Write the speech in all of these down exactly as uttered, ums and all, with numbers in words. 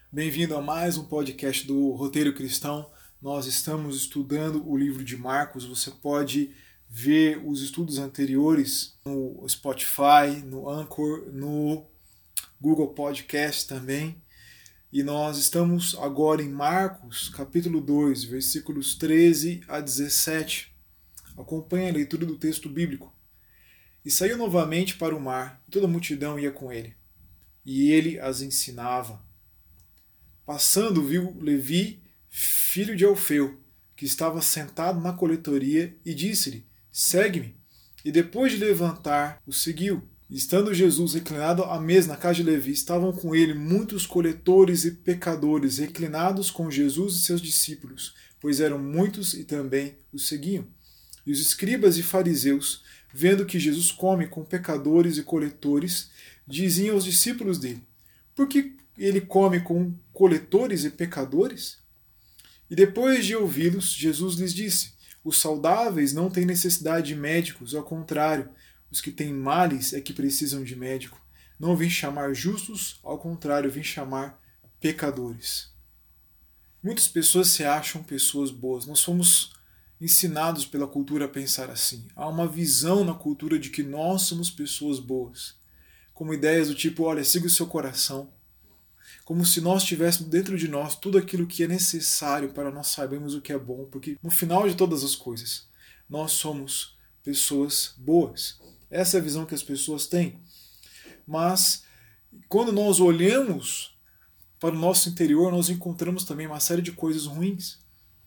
Bem-vindo a mais um podcast do Roteiro Cristão. Nós estamos estudando o livro de Marcos. Você pode ver os estudos anteriores no Spotify, no Anchor, no Google Podcast também. E nós estamos agora em Marcos, capítulo dois, versículos treze a dezessete. Acompanhe a leitura do texto bíblico. E saiu novamente para o mar, e toda a multidão ia com ele. E ele as ensinava. Passando, viu Levi, filho de Alfeu, que estava sentado na coletoria, e disse-lhe: Segue-me. E depois de levantar, o seguiu. E estando Jesus reclinado à mesa na casa de Levi, estavam com ele muitos coletores e pecadores, reclinados com Jesus e seus discípulos, pois eram muitos e também o seguiam. E os escribas e fariseus, vendo que Jesus come com pecadores e coletores, diziam aos discípulos dele: Por que ele come com coletores e pecadores? E depois de ouvi-los, Jesus lhes disse: Os saudáveis não têm necessidade de médicos, ao contrário, os que têm males é que precisam de médico. Não vim chamar justos, ao contrário, vim chamar pecadores. Muitas pessoas se acham pessoas boas. Nós fomos ensinados pela cultura a pensar assim. Há uma visão na cultura de que nós somos pessoas boas, como ideias do tipo: olha, siga o seu coração. Como se nós tivéssemos dentro de nós tudo aquilo que é necessário para nós sabermos o que é bom, porque no final de todas as coisas, nós somos pessoas boas. Essa é a visão que as pessoas têm. Mas quando nós olhamos para o nosso interior, nós encontramos também uma série de coisas ruins.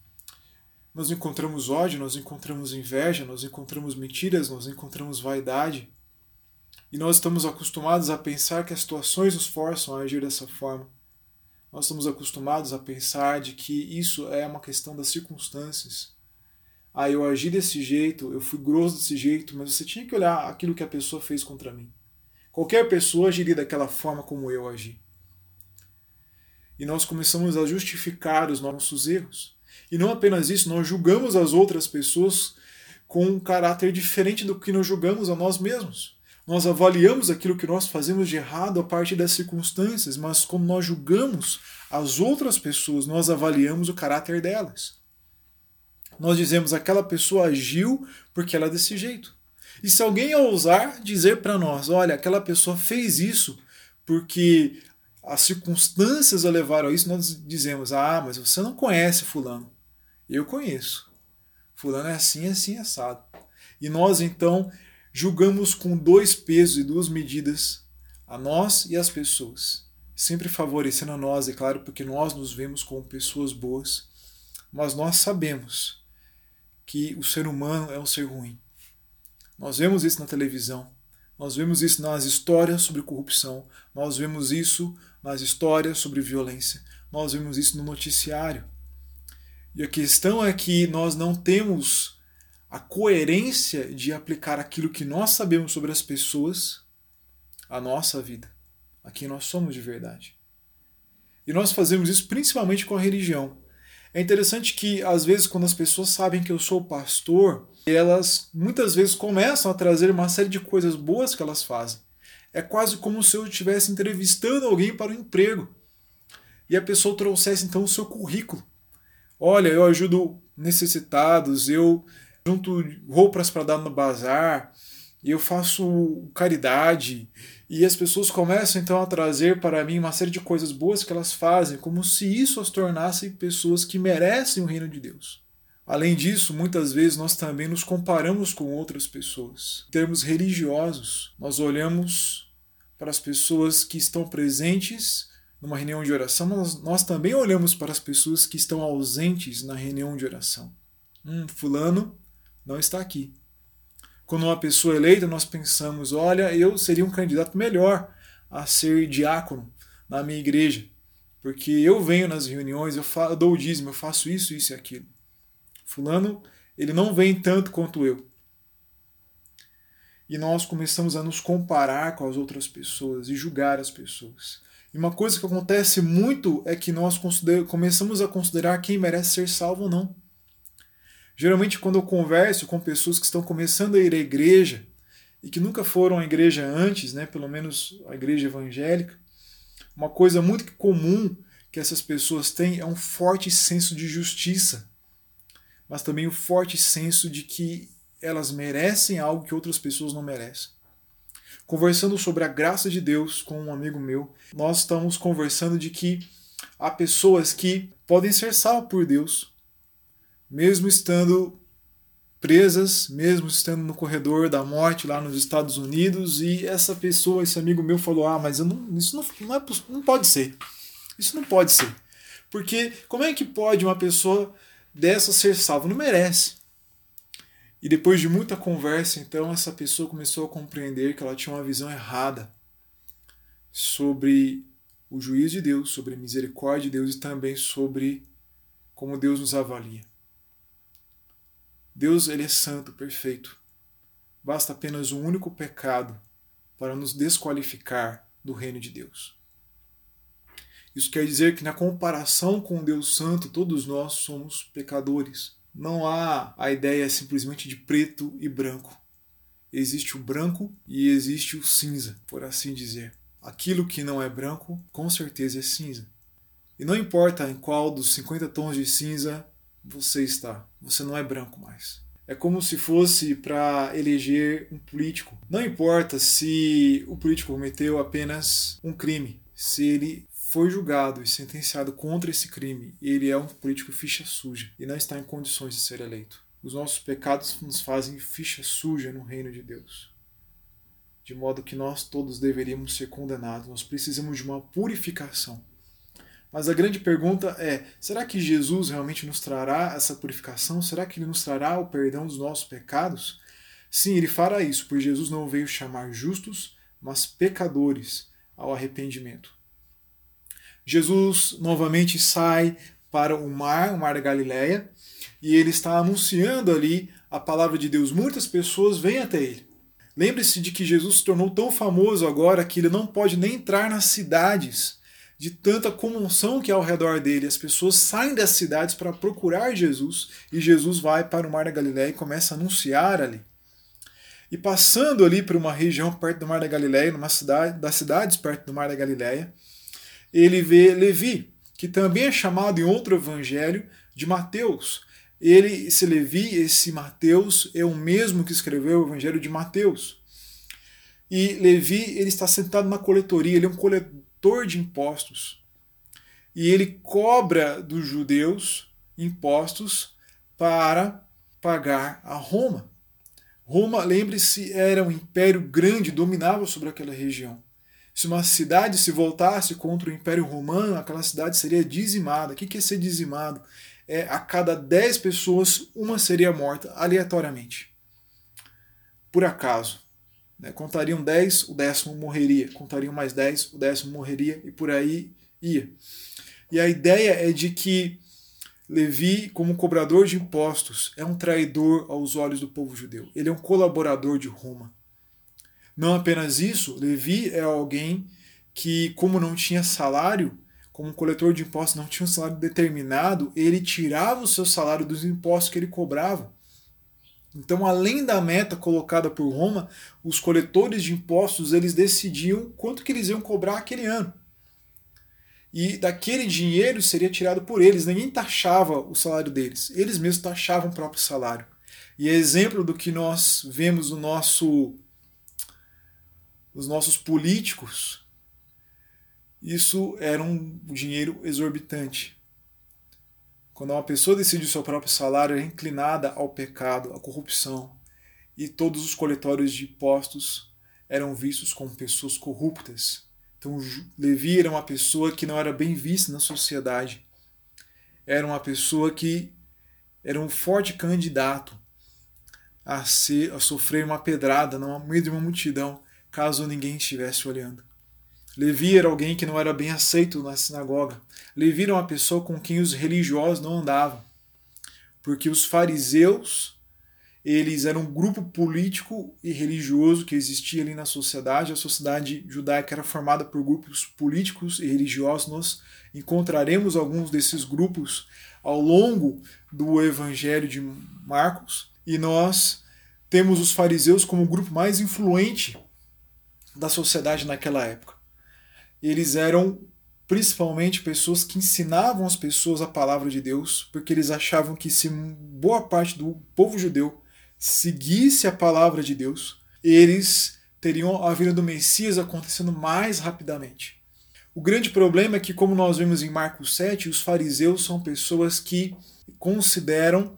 Nós encontramos ódio, nós encontramos inveja, nós encontramos mentiras, nós encontramos vaidade. E nós estamos acostumados a pensar que as situações nos forçam a agir dessa forma. Nós estamos acostumados a pensar de que isso é uma questão das circunstâncias. Ah, eu agi desse jeito, eu fui grosso desse jeito, mas você tinha que olhar aquilo que a pessoa fez contra mim. Qualquer pessoa agiria daquela forma como eu agi. E nós começamos a justificar os nossos erros. E não apenas isso, nós julgamos as outras pessoas com um caráter diferente do que nós julgamos a nós mesmos. Nós avaliamos aquilo que nós fazemos de errado a partir das circunstâncias, mas quando nós julgamos as outras pessoas, nós avaliamos o caráter delas. Nós dizemos: aquela pessoa agiu porque ela é desse jeito. E se alguém ousar dizer para nós: olha, aquela pessoa fez isso porque as circunstâncias a levaram a isso, nós dizemos: ah, mas você não conhece fulano. Eu conheço. Fulano é assim, assim, assado. E nós então julgamos com dois pesos e duas medidas a nós e as pessoas, sempre favorecendo a nós, é claro, porque nós nos vemos como pessoas boas, mas nós sabemos que o ser humano é um ser ruim. Nós vemos isso na televisão, nós vemos isso nas histórias sobre corrupção, nós vemos isso nas histórias sobre violência, nós vemos isso no noticiário. E a questão é que nós não temos a coerência de aplicar aquilo que nós sabemos sobre as pessoas à nossa vida, a quem nós somos de verdade. E nós fazemos isso principalmente com a religião. É interessante que, às vezes, quando as pessoas sabem que eu sou pastor, elas muitas vezes começam a trazer uma série de coisas boas que elas fazem. É quase como se eu estivesse entrevistando alguém para um emprego. E a pessoa trouxesse então o seu currículo. Olha, eu ajudo necessitados, eu junto roupas para dar no bazar, e eu faço caridade, e as pessoas começam então a trazer para mim uma série de coisas boas que elas fazem, como se isso as tornasse pessoas que merecem o reino de Deus. Além disso, muitas vezes nós também nos comparamos com outras pessoas. Em termos religiosos, nós olhamos para as pessoas que estão presentes numa reunião de oração, mas nós também olhamos para as pessoas que estão ausentes na reunião de oração. Hum, fulano não está aqui. Quando uma pessoa é eleita, nós pensamos: olha, eu seria um candidato melhor a ser diácono na minha igreja, porque eu venho nas reuniões, eu, eu dou o dízimo, eu faço isso, isso e aquilo. Fulano, ele não vem tanto quanto eu. E nós começamos a nos comparar com as outras pessoas e julgar as pessoas. E uma coisa que acontece muito é que nós começamos a considerar quem merece ser salvo ou não. Geralmente, quando eu converso com pessoas que estão começando a ir à igreja e que nunca foram à igreja antes, né, pelo menos a igreja evangélica, uma coisa muito comum que essas pessoas têm é um forte senso de justiça, mas também um forte senso de que elas merecem algo que outras pessoas não merecem. Conversando sobre a graça de Deus com um amigo meu, nós estamos conversando de que há pessoas que podem ser salvas por Deus, mesmo estando presas, mesmo estando no corredor da morte lá nos Estados Unidos, e essa pessoa, esse amigo meu falou, ah, mas eu não, isso não, não, é, não pode ser. Isso não pode ser. Porque como é que pode uma pessoa dessa ser salva? Não merece. E depois de muita conversa, então, essa pessoa começou a compreender que ela tinha uma visão errada sobre o juízo de Deus, sobre a misericórdia de Deus e também sobre como Deus nos avalia. Deus, ele é santo, perfeito. Basta apenas um único pecado para nos desqualificar do reino de Deus. Isso quer dizer que na comparação com Deus Santo, todos nós somos pecadores. Não há a ideia simplesmente de preto e branco. Existe o branco e existe o cinza, por assim dizer. Aquilo que não é branco, com certeza é cinza. E não importa em qual dos cinquenta tons de cinza você está, você não é branco mais. É como se fosse para eleger um político. Não importa se o político cometeu apenas um crime, se ele foi julgado e sentenciado contra esse crime, ele é um político ficha suja e não está em condições de ser eleito. Os nossos pecados nos fazem ficha suja no reino de Deus. De modo que nós todos deveríamos ser condenados. Nós precisamos de uma purificação. Mas a grande pergunta é, será que Jesus realmente nos trará essa purificação? Será que ele nos trará o perdão dos nossos pecados? Sim, ele fará isso, pois Jesus não veio chamar justos, mas pecadores ao arrependimento. Jesus novamente sai para o mar, o mar da Galileia, e ele está anunciando ali a palavra de Deus. Muitas pessoas vêm até ele. Lembre-se de que Jesus se tornou tão famoso agora que ele não pode nem entrar nas cidades, de tanta comoção que há ao redor dele. As pessoas saem das cidades para procurar Jesus, e Jesus vai para o mar da Galileia e começa a anunciar ali. E passando ali por uma região perto do mar da Galileia, numa cidade, das cidades perto do mar da Galileia, ele vê Levi, que também é chamado em outro evangelho de Mateus. Ele, esse Levi, esse Mateus, é o mesmo que escreveu o evangelho de Mateus. E Levi, ele está sentado na coletoria, ele é um coletor de impostos. E ele cobra dos judeus impostos para pagar a Roma. Roma, lembre-se, era um império grande, dominava sobre aquela região. Se uma cidade se voltasse contra o Império Romano, aquela cidade seria dizimada. O que é ser dizimado? É, a cada dez pessoas, uma seria morta aleatoriamente. Por acaso. Né? Contariam dez, o décimo morreria. Contariam mais dez, o décimo morreria, e por aí ia. E a ideia é de que Levi, como cobrador de impostos, é um traidor aos olhos do povo judeu. Ele é um colaborador de Roma. Não apenas isso, Levi é alguém que, como não tinha salário, como coletor de impostos não tinha um salário determinado, ele tirava o seu salário dos impostos que ele cobrava. Então, além da meta colocada por Roma, os coletores de impostos eles decidiam quanto que eles iam cobrar aquele ano. E daquele dinheiro seria tirado por eles, ninguém taxava o salário deles, eles mesmos taxavam o próprio salário. E é exemplo do que nós vemos no nosso, nos nossos políticos, isso era um dinheiro exorbitante. Quando uma pessoa decide o seu próprio salário, é inclinada ao pecado, à corrupção, e todos os coletórios de impostos eram vistos como pessoas corruptas. Então Levi era uma pessoa que não era bem vista na sociedade. Era uma pessoa que era um forte candidato a, ser, a sofrer uma pedrada no meio de uma multidão, caso ninguém estivesse olhando. Levi era alguém que não era bem aceito na sinagoga. Levi era uma pessoa com quem os religiosos não andavam. Porque os fariseus, eles eram um grupo político e religioso que existia ali na sociedade. A sociedade judaica era formada por grupos políticos e religiosos. Nós encontraremos alguns desses grupos ao longo do Evangelho de Marcos. E nós temos os fariseus como o grupo mais influente da sociedade naquela época. Eles eram principalmente pessoas que ensinavam as pessoas a palavra de Deus, porque eles achavam que se boa parte do povo judeu seguisse a palavra de Deus, eles teriam a vinda do Messias acontecendo mais rapidamente. O grande problema é que, como nós vemos em Marcos sete, os fariseus são pessoas que consideram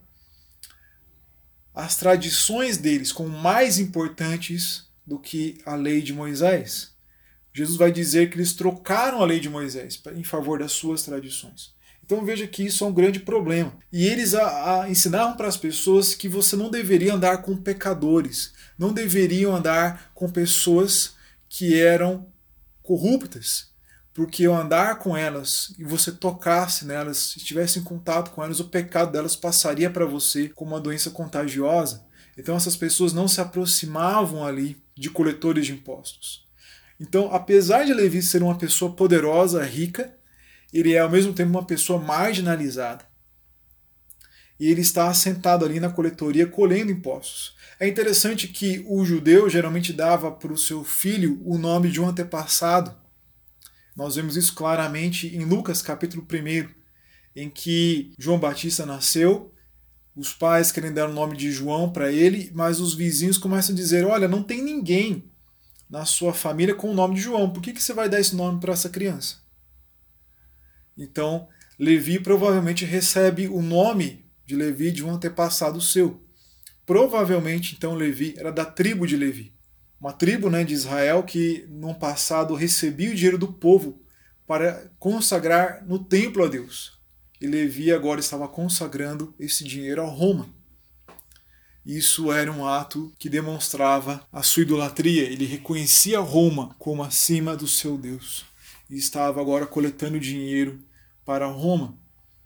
as tradições deles como mais importantes do que a lei de Moisés. Jesus vai dizer que eles trocaram a lei de Moisés em favor das suas tradições. Então veja que isso é um grande problema. E eles a, a ensinavam para as pessoas que você não deveria andar com pecadores, não deveriam andar com pessoas que eram corruptas, porque ao andar com elas e você tocasse nelas, estivesse em contato com elas, o pecado delas passaria para você como uma doença contagiosa. Então essas pessoas não se aproximavam ali de coletores de impostos. Então, apesar de Levi ser uma pessoa poderosa, rica, ele é ao mesmo tempo uma pessoa marginalizada. E ele está assentado ali na coletoria colhendo impostos. É interessante que o judeu geralmente dava para o seu filho o nome de um antepassado. Nós vemos isso claramente em Lucas capítulo um, em que João Batista nasceu, os pais querem dar o nome de João para ele, mas os vizinhos começam a dizer, olha, não tem ninguém na sua família com o nome de João, por que, que você vai dar esse nome para essa criança? Então, Levi provavelmente recebe o nome de Levi de um antepassado seu. Provavelmente, então, Levi era da tribo de Levi. Uma tribo, né, de Israel que, no passado, recebia o dinheiro do povo para consagrar no templo a Deus. E Levi agora estava consagrando esse dinheiro a Roma. Isso era um ato que demonstrava a sua idolatria. Ele reconhecia Roma como acima do seu Deus. E estava agora coletando dinheiro para Roma.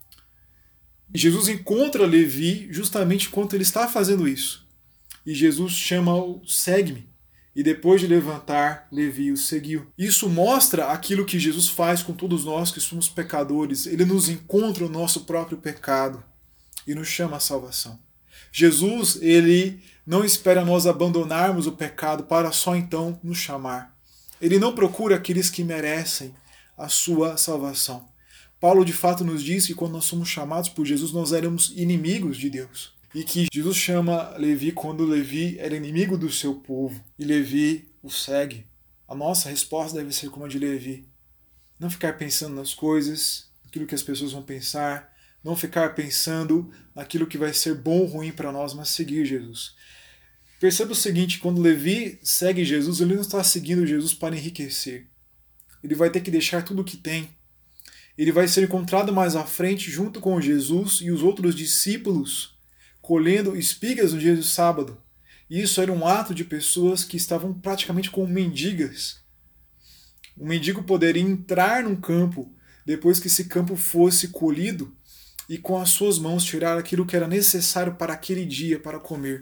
E Jesus encontra Levi justamente enquanto ele está fazendo isso. E Jesus chama-o, segue-me. E depois de levantar, Levi o seguiu. Isso mostra aquilo que Jesus faz com todos nós que somos pecadores. Ele nos encontra o nosso próprio pecado e nos chama à salvação. Jesus, ele não espera nós abandonarmos o pecado para só então nos chamar. Ele não procura aqueles que merecem a sua salvação. Paulo de fato nos diz que quando nós somos chamados por Jesus, nós éramos inimigos de Deus. E que Jesus chama Levi quando Levi era inimigo do seu povo. E Levi o segue. A nossa resposta deve ser como a de Levi. Não ficar pensando nas coisas, naquilo que as pessoas vão pensar. Não ficar pensando naquilo que vai ser bom ou ruim para nós, mas seguir Jesus. Perceba o seguinte, quando Levi segue Jesus, ele não está seguindo Jesus para enriquecer. Ele vai ter que deixar tudo o que tem. Ele vai ser encontrado mais à frente junto com Jesus e os outros discípulos colhendo espigas no dia do sábado. E isso era um ato de pessoas que estavam praticamente como mendigas. Um mendigo poderia entrar num campo depois que esse campo fosse colhido e com as suas mãos tirar aquilo que era necessário para aquele dia para comer.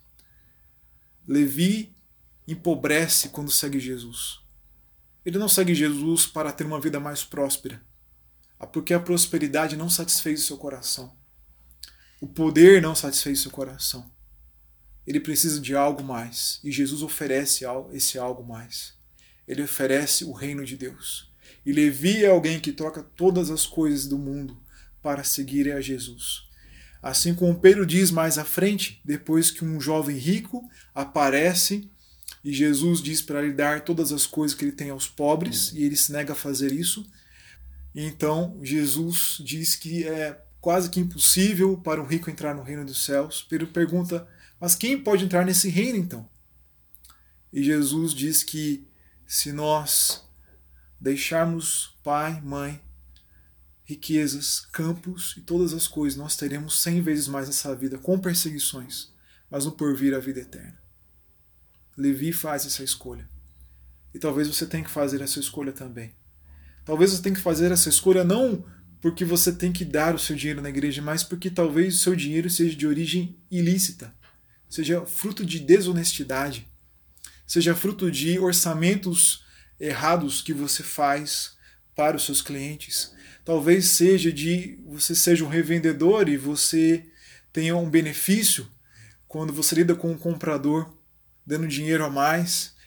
Levi empobrece quando segue Jesus. Ele não segue Jesus para ter uma vida mais próspera, porque a prosperidade não satisfez o seu coração. O poder não satisfez o seu coração. Ele precisa de algo mais. E Jesus oferece esse algo mais. Ele oferece o reino de Deus. E Levi é alguém que troca todas as coisas do mundo para seguir a Jesus. Assim como Pedro diz mais à frente, depois que um jovem rico aparece e Jesus diz para lhe dar todas as coisas que ele tem aos pobres, e ele se nega a fazer isso. Então Jesus diz que é quase que impossível para um rico entrar no reino dos céus. Pedro pergunta, mas quem pode entrar nesse reino então? E Jesus diz que se nós deixarmos pai, mãe, riquezas, campos e todas as coisas, nós teremos cem vezes mais nessa vida, com perseguições, mas no porvir a vida eterna. Levi faz essa escolha. E talvez você tenha que fazer essa escolha também. Talvez você tenha que fazer essa escolha não porque você tem que dar o seu dinheiro na igreja, mas porque talvez o seu dinheiro seja de origem ilícita, seja fruto de desonestidade, seja fruto de orçamentos errados que você faz para os seus clientes. Talvez seja de você seja um revendedor e você tenha um benefício quando você lida com um comprador, dando dinheiro a mais,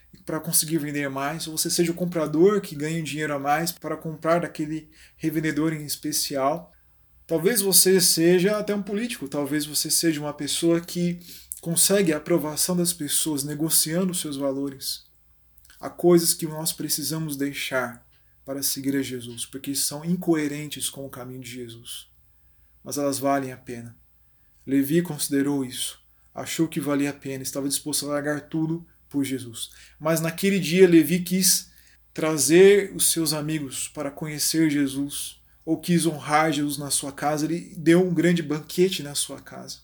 para conseguir vender mais, ou você seja o comprador que ganha um dinheiro a mais para comprar daquele revendedor em especial. Talvez você seja até um político, talvez você seja uma pessoa que consegue a aprovação das pessoas negociando os seus valores. Há coisas que nós precisamos deixar para seguir a Jesus, porque são incoerentes com o caminho de Jesus. Mas elas valem a pena. Levi considerou isso, achou que valia a pena, estava disposto a largar tudo por Jesus. Mas naquele dia Levi quis trazer os seus amigos para conhecer Jesus, ou quis honrar Jesus na sua casa, ele deu um grande banquete na sua casa.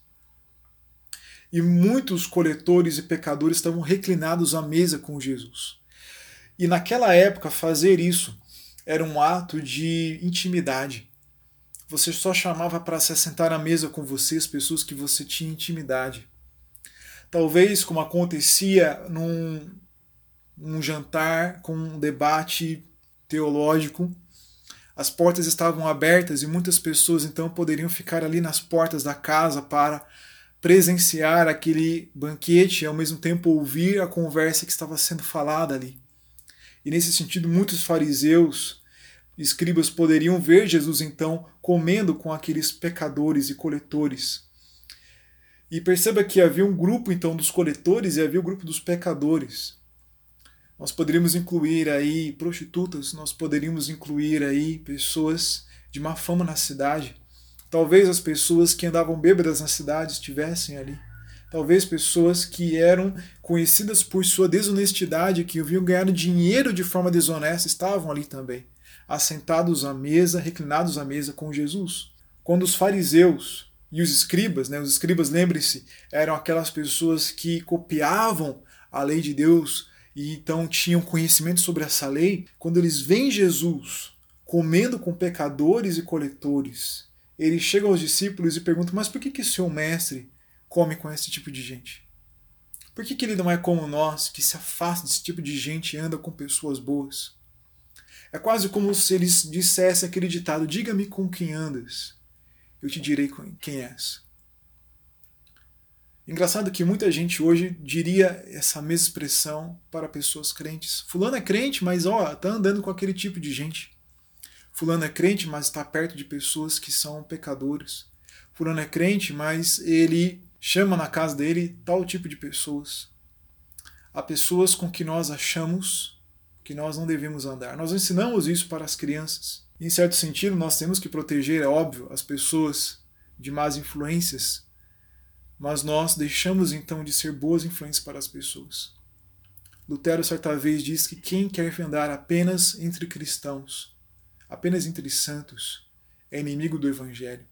E muitos coletores e pecadores estavam reclinados à mesa com Jesus. E naquela época fazer isso era um ato de intimidade. Você só chamava para se assentar à mesa com você as pessoas que você tinha intimidade. Talvez como acontecia num, num jantar com um debate teológico, as portas estavam abertas e muitas pessoas então poderiam ficar ali nas portas da casa para presenciar aquele banquete e ao mesmo tempo ouvir a conversa que estava sendo falada ali. E nesse sentido, muitos fariseus e escribas poderiam ver Jesus então comendo com aqueles pecadores e coletores. E perceba que havia um grupo então dos coletores e havia o grupo dos pecadores. Nós poderíamos incluir aí prostitutas, nós poderíamos incluir aí pessoas de má fama na cidade. Talvez as pessoas que andavam bêbadas na cidade estivessem ali. Talvez pessoas que eram conhecidas por sua desonestidade, que haviam ganhado dinheiro de forma desonesta, estavam ali também, assentados à mesa, reclinados à mesa com Jesus. Quando os fariseus e os escribas, né, os escribas, lembre-se, eram aquelas pessoas que copiavam a lei de Deus e então tinham conhecimento sobre essa lei, quando eles veem Jesus comendo com pecadores e coletores, ele chega aos discípulos e pergunta: mas por que, que seu mestre come com esse tipo de gente? Por que, que ele não é como nós, que se afasta desse tipo de gente e anda com pessoas boas? É quase como se eles dissessem aquele ditado: diga-me com quem andas, eu te direi quem és. Engraçado que muita gente hoje diria essa mesma expressão para pessoas crentes. Fulano é crente, mas ó, tá andando com aquele tipo de gente. Fulano é crente, mas está perto de pessoas que são pecadores. Fulano é crente, mas ele chama na casa dele tal tipo de pessoas. Há pessoas com que nós achamos que nós não devemos andar. Nós ensinamos isso para as crianças. Em certo sentido, nós temos que proteger, é óbvio, as pessoas de más influências, mas nós deixamos então de ser boas influências para as pessoas. Lutero certa vez diz que quem quer andar apenas entre cristãos, apenas entre santos, é inimigo do Evangelho.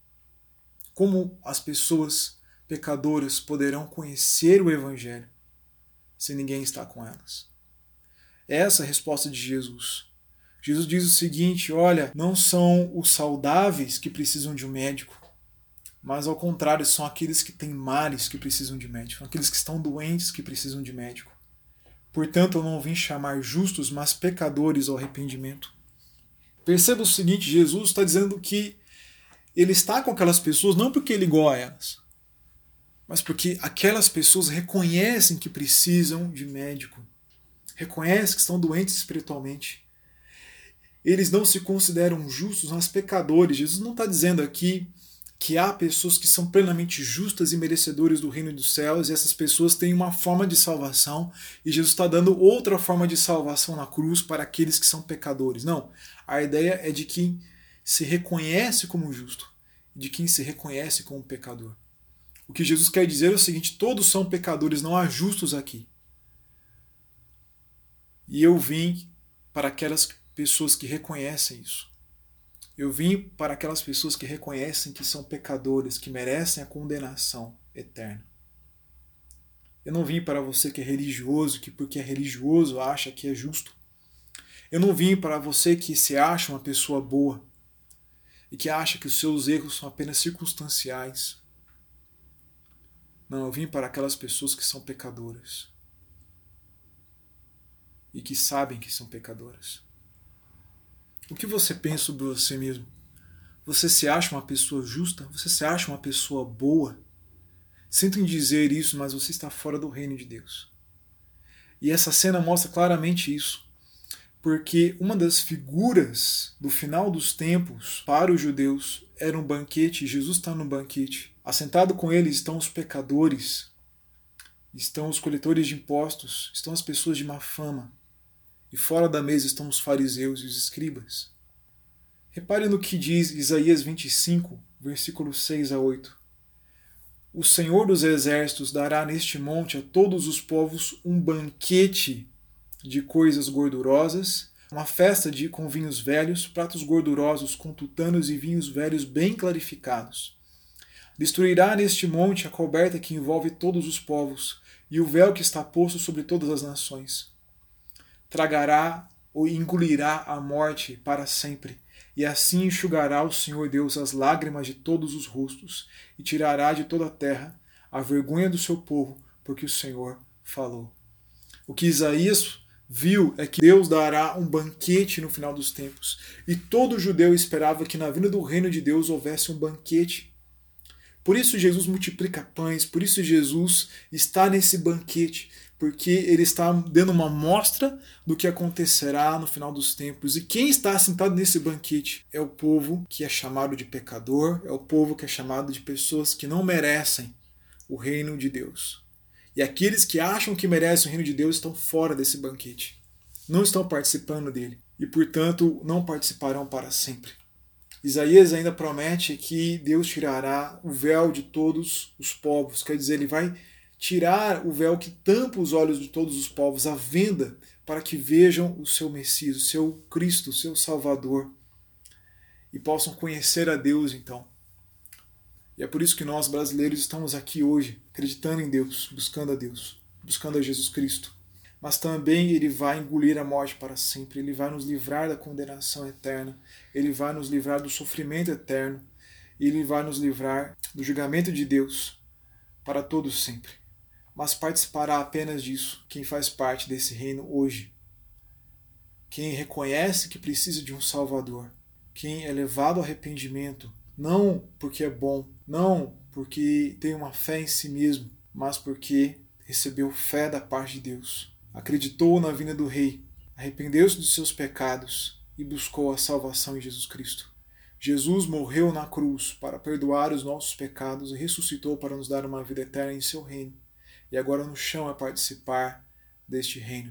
Como as pessoas pecadoras poderão conhecer o Evangelho se ninguém está com elas? Essa é a resposta de Jesus. Jesus diz o seguinte: olha, não são os saudáveis que precisam de um médico, mas ao contrário, são aqueles que têm males que precisam de médico, são aqueles que estão doentes que precisam de médico. Portanto, eu não vim chamar justos, mas pecadores ao arrependimento. Perceba o seguinte: Jesus está dizendo que ele está com aquelas pessoas não porque ele é igual a elas, mas porque aquelas pessoas reconhecem que precisam de médico, reconhecem que estão doentes espiritualmente. Eles não se consideram justos, mas pecadores. Jesus não está dizendo aqui que há pessoas que são plenamente justas e merecedores do reino dos céus, e essas pessoas têm uma forma de salvação, e Jesus está dando outra forma de salvação na cruz para aqueles que são pecadores. Não. A ideia é de quem se reconhece como justo, de quem se reconhece como pecador. O que Jesus quer dizer é o seguinte: todos são pecadores, não há justos aqui. E eu vim para aquelas pessoas que reconhecem isso. Eu vim para aquelas pessoas que reconhecem que são pecadores, que merecem a condenação eterna. Eu não vim para você que é religioso, que porque é religioso acha que é justo. Eu não vim para você que se acha uma pessoa boa e que acha que os seus erros são apenas circunstanciais. Não, eu vim para aquelas pessoas que são pecadoras e que sabem que são pecadoras. O que você pensa sobre você mesmo? Você se acha uma pessoa justa? Você se acha uma pessoa boa? Sinto em dizer isso, mas você está fora do reino de Deus. E essa cena mostra claramente isso, porque uma das figuras do final dos tempos para os judeus era um banquete, e Jesus está no banquete. Assentado com eles estão os pecadores, estão os coletores de impostos, estão as pessoas de má fama, e fora da mesa estão os fariseus e os escribas. Repare no que diz Isaías vinte e cinco, versículos seis a oito. O Senhor dos Exércitos dará neste monte a todos os povos um banquete de coisas gordurosas, uma festa de com vinhos velhos, pratos gordurosos com tutanos e vinhos velhos bem clarificados. Destruirá neste monte a coberta que envolve todos os povos e o véu que está posto sobre todas as nações. Tragará ou engolirá a morte para sempre, e assim enxugará o Senhor Deus as lágrimas de todos os rostos, e tirará de toda a terra a vergonha do seu povo, porque o Senhor falou. O que Isaías viu é que Deus dará um banquete no final dos tempos, e todo judeu esperava que na vinda do reino de Deus houvesse um banquete. Por isso Jesus multiplica pães, por isso Jesus está nesse banquete, porque ele está dando uma amostra do que acontecerá no final dos tempos. E quem está sentado nesse banquete é o povo que é chamado de pecador, é o povo que é chamado de pessoas que não merecem o reino de Deus. E aqueles que acham que merecem o reino de Deus estão fora desse banquete, não estão participando dele e, portanto, não participarão para sempre. Isaías ainda promete que Deus tirará o véu de todos os povos, quer dizer, ele vai tirar o véu que tampa os olhos de todos os povos, à venda, para que vejam o seu Messias, o seu Cristo, o seu Salvador, e possam conhecer a Deus, então. E é por isso que nós, brasileiros, estamos aqui hoje, acreditando em Deus, buscando a Deus, buscando a Jesus Cristo. Mas também ele vai engolir a morte para sempre, ele vai nos livrar da condenação eterna, ele vai nos livrar do sofrimento eterno, ele vai nos livrar do julgamento de Deus para todos sempre. Mas participará apenas disso quem faz parte desse reino hoje. Quem reconhece que precisa de um Salvador. Quem é levado ao arrependimento, não porque é bom, não porque tem uma fé em si mesmo, mas porque recebeu fé da parte de Deus. Acreditou na vinda do Rei, arrependeu-se dos seus pecados e buscou a salvação em Jesus Cristo. Jesus morreu na cruz para perdoar os nossos pecados e ressuscitou para nos dar uma vida eterna em seu reino. E agora nos chama a participar deste reino.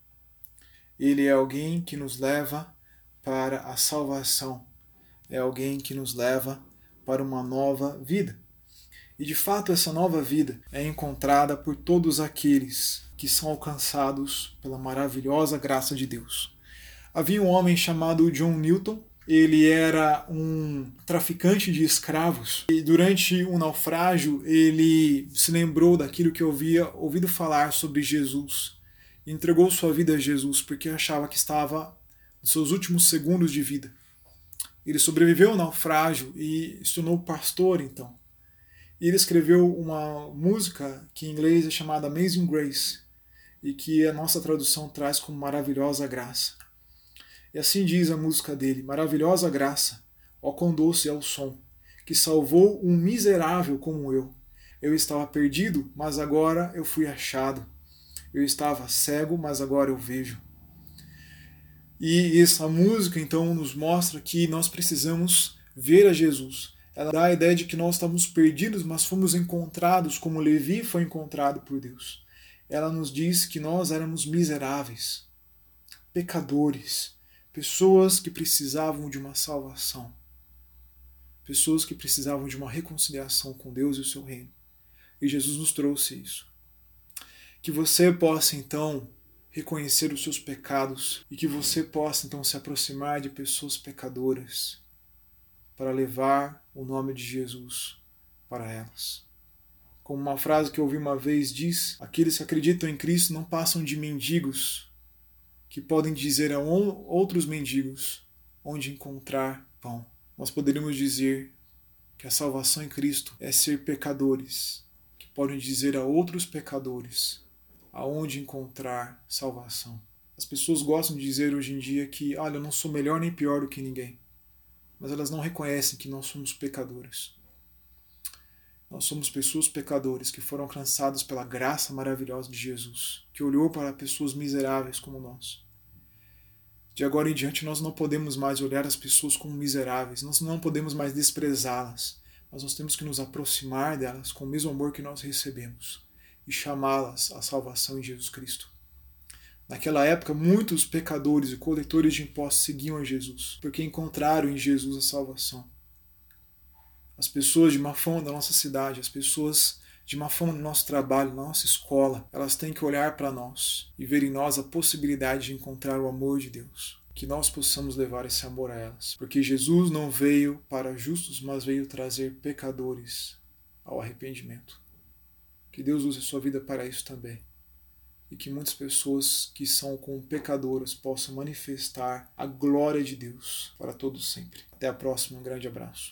Ele é alguém que nos leva para a salvação. É alguém que nos leva para uma nova vida. E de fato essa nova vida é encontrada por todos aqueles que são alcançados pela maravilhosa graça de Deus. Havia um homem chamado John Newton. Ele era um traficante de escravos e durante um naufrágio ele se lembrou daquilo que havia ouvido falar sobre Jesus. Entregou sua vida a Jesus porque achava que estava nos seus últimos segundos de vida. Ele sobreviveu ao naufrágio e se tornou pastor então. Ele escreveu uma música que em inglês é chamada Amazing Grace e que a nossa tradução traz como Maravilhosa Graça. E assim diz a música dele: maravilhosa graça, ó quão doce é o som, que salvou um miserável como eu. Eu estava perdido, mas agora eu fui achado. Eu estava cego, mas agora eu vejo. E essa música então nos mostra que nós precisamos ver a Jesus. Ela dá a ideia de que nós estamos perdidos, mas fomos encontrados como Levi foi encontrado por Deus. Ela nos diz que nós éramos miseráveis, pecadores, pessoas que precisavam de uma salvação. Pessoas que precisavam de uma reconciliação com Deus e o seu reino. E Jesus nos trouxe isso. Que você possa, então, reconhecer os seus pecados e que você possa, então, se aproximar de pessoas pecadoras para levar o nome de Jesus para elas. Como uma frase que eu ouvi uma vez diz, aqueles que acreditam em Cristo não passam de mendigos que podem dizer a outros mendigos onde encontrar pão. Nós poderíamos dizer que a salvação em Cristo é ser pecadores, que podem dizer a outros pecadores aonde encontrar salvação. As pessoas gostam de dizer hoje em dia que, olha, eu não sou melhor nem pior do que ninguém, mas elas não reconhecem que nós somos pecadores. Nós somos pessoas pecadores que foram alcançados pela graça maravilhosa de Jesus, que olhou para pessoas miseráveis como nós. De agora em diante nós não podemos mais olhar as pessoas como miseráveis, nós não podemos mais desprezá-las, mas nós temos que nos aproximar delas com o mesmo amor que nós recebemos e chamá-las à salvação em Jesus Cristo. Naquela época, muitos pecadores e coletores de impostos seguiam a Jesus, porque encontraram em Jesus a salvação. As pessoas de má fama da nossa cidade, as pessoas de má fama do nosso trabalho, da nossa escola, elas têm que olhar para nós e ver em nós a possibilidade de encontrar o amor de Deus. Que nós possamos levar esse amor a elas. Porque Jesus não veio para justos, mas veio trazer pecadores ao arrependimento. Que Deus use a sua vida para isso também. E que muitas pessoas que são como pecadoras possam manifestar a glória de Deus para todos sempre. Até a próxima, um grande abraço.